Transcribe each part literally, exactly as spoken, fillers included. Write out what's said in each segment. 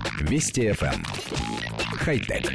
Вести эф эм. Хай-тек.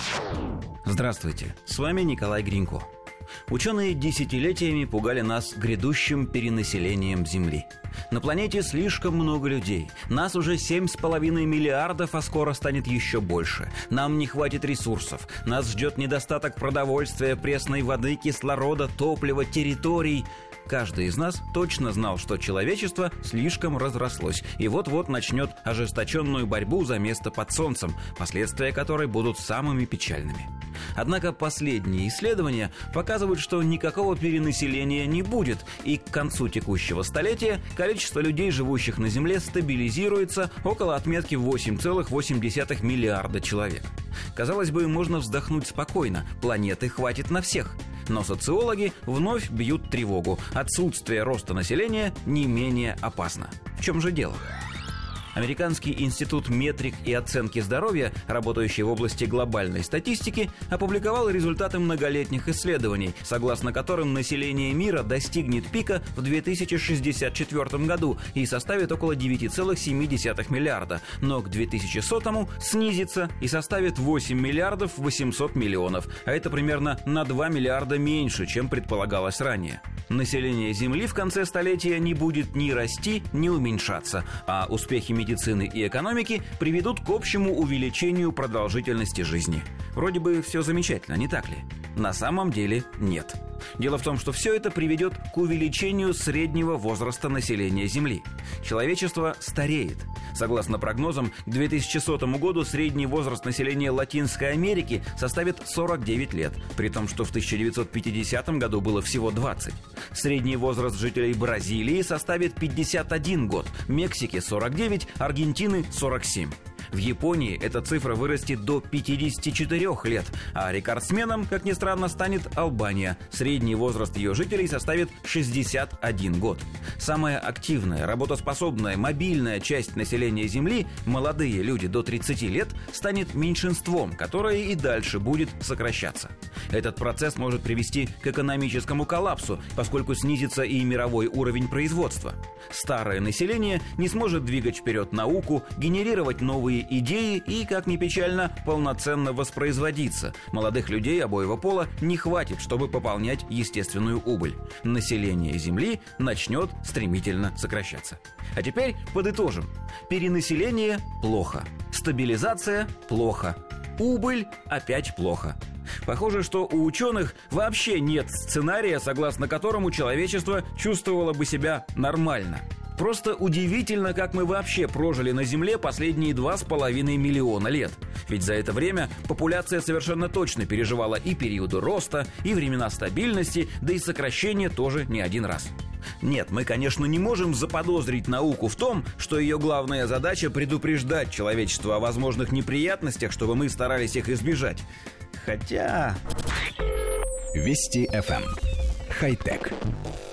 Здравствуйте, с вами Николай Гринько. Ученые десятилетиями пугали нас грядущим перенаселением Земли. На планете слишком много людей. Нас уже семь с половиной миллиардов, а скоро станет еще больше. Нам не хватит ресурсов. Нас ждет недостаток продовольствия, пресной воды, кислорода, топлива, территорий. Каждый из нас точно знал, что человечество слишком разрослось и вот-вот начнет ожесточенную борьбу за место под солнцем, последствия которой будут самыми печальными. Однако последние исследования показывают, что никакого перенаселения не будет, и к концу текущего столетия количество людей, живущих на Земле, стабилизируется около отметки восемь целых восемь десятых миллиарда человек. Казалось бы, можно вздохнуть спокойно, планеты хватит на всех. Но социологи вновь бьют тревогу. Отсутствие роста населения не менее опасно. В чем же дело? Американский институт метрик и оценки здоровья, работающий в области глобальной статистики, опубликовал результаты многолетних исследований, согласно которым население мира достигнет пика в две тысячи шестьдесят четвёртом году и составит около девять целых семь десятых миллиарда, но к две тысячи сотому снизится и составит восемь миллиардов восемьсот миллионов, а это примерно на два миллиарда меньше, чем предполагалось ранее. Население Земли в конце столетия не будет ни расти, ни уменьшаться, а успехи медицины и экономики приведут к общему увеличению продолжительности жизни. Вроде бы все замечательно, не так ли? На самом деле нет. Дело в том, что все это приведет к увеличению среднего возраста населения Земли. Человечество стареет. Согласно прогнозам, к две тысячи сотому году средний возраст населения Латинской Америки составит сорок девять лет, при том, что в тысяча девятьсот пятидесятом году было всего двадцать. Средний возраст жителей Бразилии составит пятьдесят один год, Мексики сорок девять, Аргентины сорок семь. В Японии эта цифра вырастет до пятидесяти четырёх лет, а рекордсменом, как ни странно, станет Албания. Средний возраст ее жителей составит шестьдесят один год. Самая активная, работоспособная, мобильная часть населения Земли, молодые люди до тридцати лет, станет меньшинством, которое и дальше будет сокращаться. Этот процесс может привести к экономическому коллапсу, поскольку снизится и мировой уровень производства. Старое население не сможет двигать вперед науку, генерировать новые идеи и, как ни печально, полноценно воспроизводиться. Молодых людей обоего пола не хватит, чтобы пополнять естественную убыль. Население Земли начнет стремительно сокращаться. А теперь подытожим. Перенаселение – плохо. Стабилизация – плохо. Убыль – опять плохо. Похоже, что у ученых вообще нет сценария, согласно которому человечество чувствовало бы себя нормально. Просто удивительно, как мы вообще прожили на Земле последние два с половиной миллиона лет. Ведь за это время популяция совершенно точно переживала и периоды роста, и времена стабильности, да и сокращения тоже не один раз. Нет, мы, конечно, не можем заподозрить науку в том, что ее главная задача — предупреждать человечество о возможных неприятностях, чтобы мы старались их избежать. Хотя... Вести эф эм. Хай-тек.